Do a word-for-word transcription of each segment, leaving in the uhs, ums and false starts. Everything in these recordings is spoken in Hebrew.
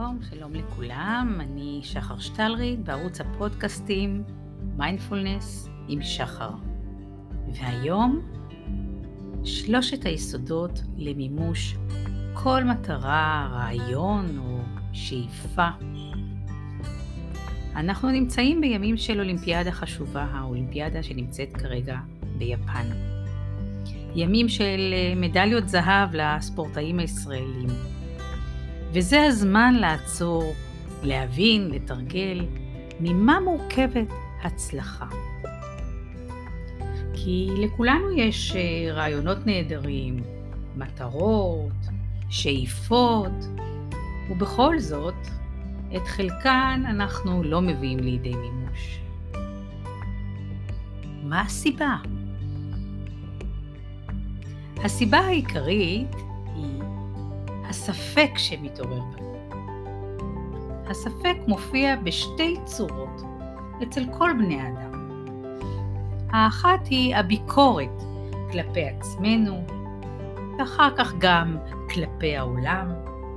שלום, שלום לכולם, אני שחר שטלריד בערוץ הפודקאסטים מיינדפולנס עם שחר. והיום שלושת היסודות למימוש כל מטרה, רעיון או שאיפה. אנחנו נמצאים בימים של אולימפיאדה חשובה, האולימפיאדה שנמצאת כרגע ביפן. ימים של מדליות זהב לספורטאים הישראלים. וזה הזמן לעצור, להבין, לתרגל, ממה מורכבת הצלחה. כי לכולנו יש רעיונות נהדרים, מטרות, שאיפות, ובכל זאת, את חלקן אנחנו לא מביאים לידי מימוש. מה הסיבה? הסיבה העיקרית היא הספק שמתעורר בנו. הספק מופיע בשתי צורות אצל כל בני האדם. האחת היא הביקורת כלפי עצמנו, ואחר כך גם כלפי העולם.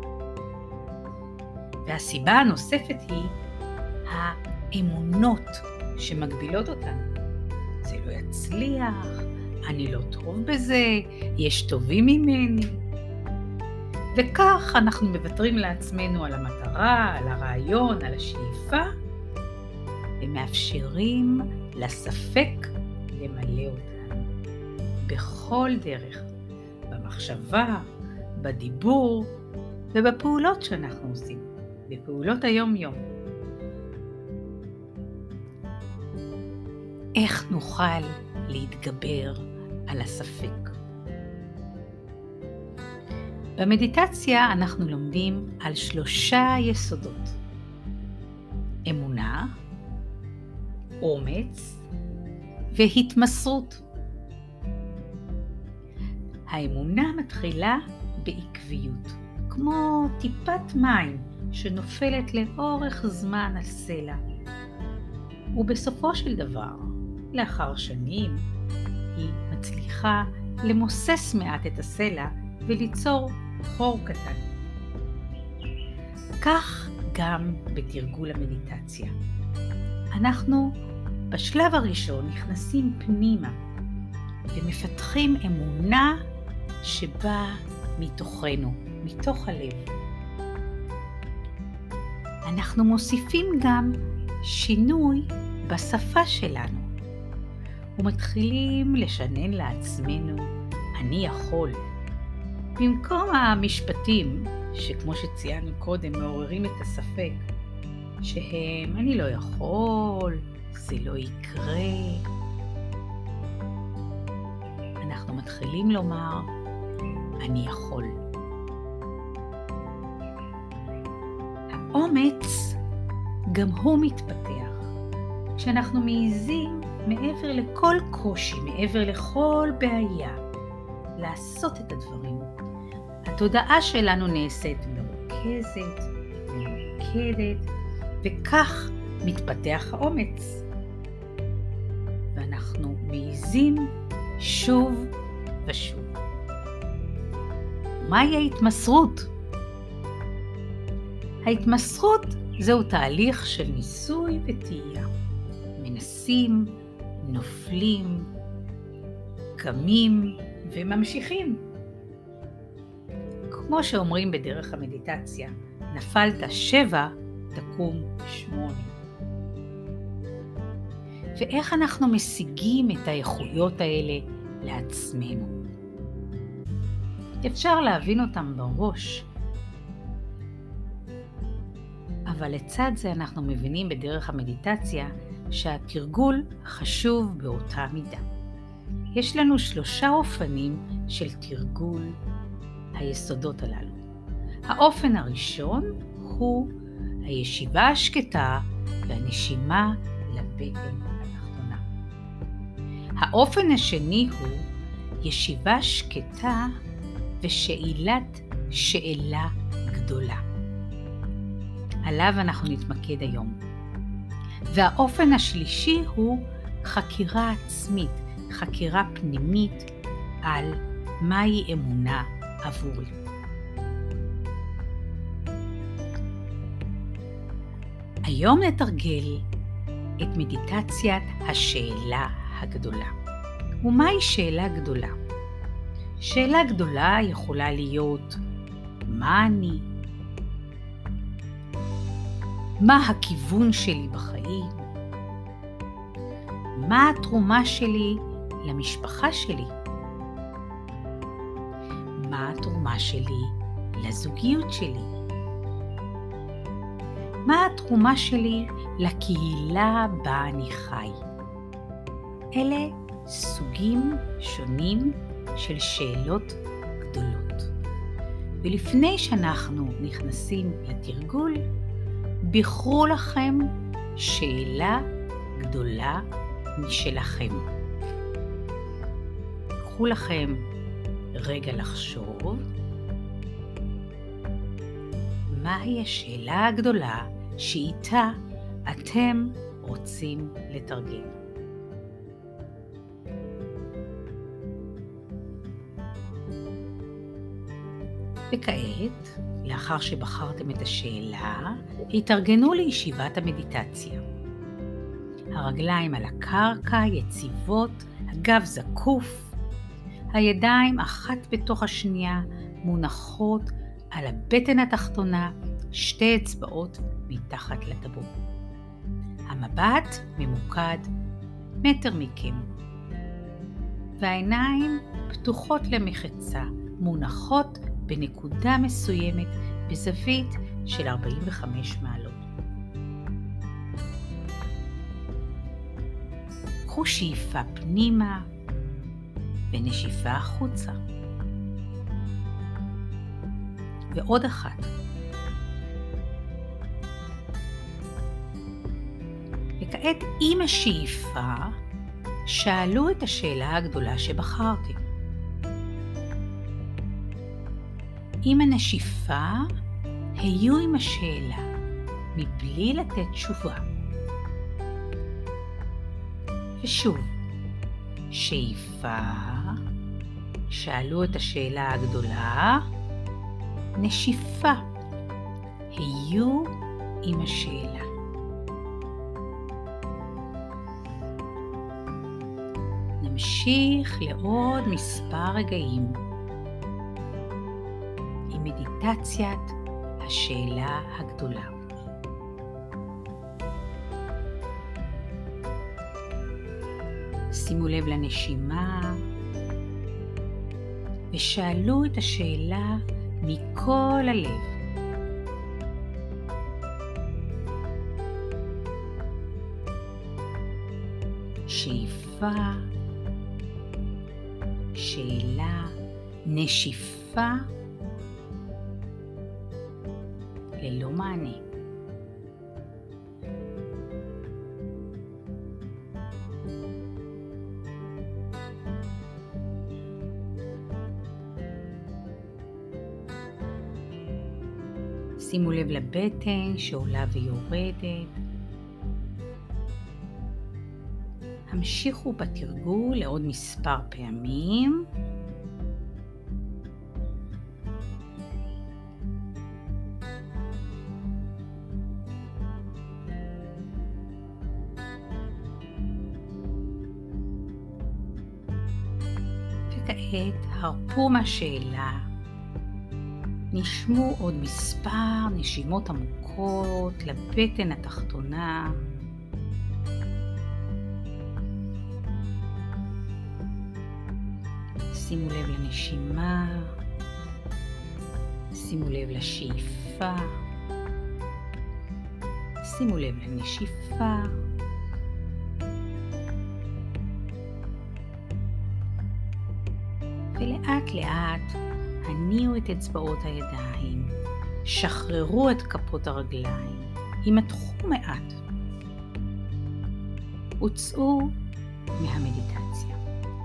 והסיבה הנוספת היא האמונות שמגבילות אותנו. זה לא יצליח, אני לא טוב בזה, יש טובים ממני. וכך אנחנו מוותרים לעצמנו על המטרה, על הרעיון, על השאיפה, ומאפשרים לספק למלא אותנו בכל דרך, במחשבה, בדיבור ובפעולות שאנחנו עושים, בפעולות היום-יום. איך נוכל להתגבר על הספק? במדיטציה אנחנו לומדים על שלושה יסודות. אמונה, אומץ והתמסרות. האמונה מתחילה בעקביות, כמו טיפת מים שנופלת לאורך זמן על סלע. ובסופו של דבר, לאחר שנים, היא מצליחה למוסס מעט את הסלע וליצור חור קטן. כך גם בתרגול המדיטציה. אנחנו בשלב הראשון נכנסים פנימה ומפתחים אמונה שבאה מתוכנו, מתוך הלב. אנחנו מוסיפים גם שינוי בשפה שלנו ומתחילים לשנן לעצמנו אני יכול. במקום המשפטים שכמו שציינו קודם מעוררים את הספק, שהם אני לא יכול, זה לא יקרה, אנחנו מתחילים לומר אני יכול. האומץ גם הוא מתפתח כשאנחנו מעיזים מעבר לכל קושי, מעבר לכל בעיה, לעשות את הדברים. התודעה שלנו נעשית מרוכזת, ממוקדת, וכך מתפתח האומץ. ואנחנו מעיזים שוב ושוב. מהי ההתמסרות? ההתמסרות זהו תהליך של ניסוי וטעייה. מנסים, נופלים, קמים וממשיכים. כמו שאומרים בדרך המדיטציה, נפלת שבע, תקום שמונה. ואיך אנחנו משיגים את האיכויות האלה לעצמנו? אפשר להבין אותם בראש, אבל לצד זה אנחנו מבינים בדרך המדיטציה שהתרגול חשוב באותה מידה. יש לנו שלושה אופנים של תרגול היסודות הללו. האופן הראשון הוא הישיבה השקטה והנשימה לבטן התחתונה. האופן השני הוא ישיבה שקטה ושאלת שאלה גדולה. עליו אנחנו נתמקד היום. והאופן השלישי הוא חקירה עצמית, חקירה פנימית על מהי אמונה עבורי. היום נתרגל את מדיטציית השאלה הגדולה. ומהי שאלה גדולה? שאלה גדולה יכולה להיות מה אני? מה הכיוון שלי בחיים? מה התרומה שלי למשפחה שלי? מה התרומה שלי לזוגיות שלי? מה התרומה שלי לקהילה בה אני חי? אלה סוגים שונים של שאלות גדולות. ולפני שאנחנו נכנסים לתרגול, בחרו לכם שאלה גדולה משלכם. קחו לכם רגע לחשוב מהי השאלה הגדולה שאיתה אתם רוצים לתרגל. וכעת, לאחר שבחרתם את השאלה, התארגנו לישיבת המדיטציה. הרגליים על הקרקע יציבות, הגב זקוף, הידיים אחת בתוך השנייה מונחות על הבטן התחתונה, שתי אצבעות מתחת לטבור. המבט ממוקד מטר מכם, והעיניים פתוחות למחצה, מונחות בנקודה מסוימת בזווית של ארבעים וחמש מעלות. קחו שאיפה פנימה ונשיפה החוצה. ועוד אחת. וכעת עם השאיפה שאלו את השאלה הגדולה שבחרתם. עם הנשיפה היו עם השאלה מבלי לתת תשובה. ושוב, שאיפה, שאלו את השאלה הגדולה, נשיפה, היו עם השאלה. נמשיך לעוד מספר רגעים עם מדיטציית השאלה הגדולה. שימו לב לנשימה ושאלו את השאלה מכל הלב. שאיפה, שאלה, נשיפה, ללא מענה. שימו לב לבטן שעולה ויורדת. המשיכו בתרגול לעוד מספר פעמים. וכעת הרפו מהשאלה. נשמו עוד מספר נשימות עמוקות לבטן התחתונה. שימו לב לנשימה, שימו לב לשאיפה, שימו לב לנשיפה. ולאט לאט הניעו את אצבעות הידיים, שחררו את כפות הרגליים, הימתחו מעט, הוצאו מהמדיטציה.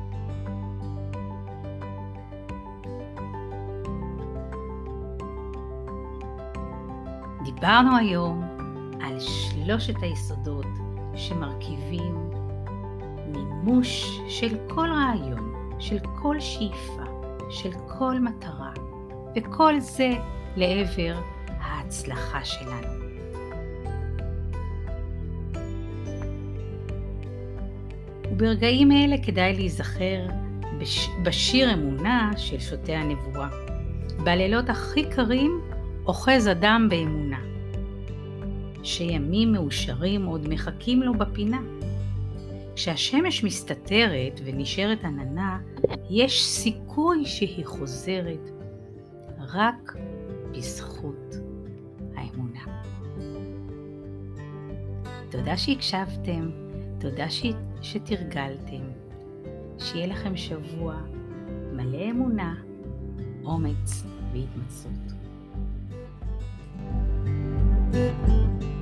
דיברנו היום על שלושת היסודות שמרכיבים מימוש של כל רעיון, של כל שאיפה, של כל מטרה, וכל זה לעבר ההצלחה שלנו. וברגעים אלה כדאי להיזכר בש... בשיר אמונה של שוטי הנבואה. בלילות הכי קרים אוחז אדם באמונה, שימים מאושרים עוד מחכים לו בפינה. כשהשמש מסתתרת ונשארת עננה, יש סיכוי שהיא חוזרת, רק בזכות האמונה. תודה שהקשבתם, תודה ש... שתרגלתם. שיהיה לכם שבוע מלא אמונה, אומץ והתמצאות.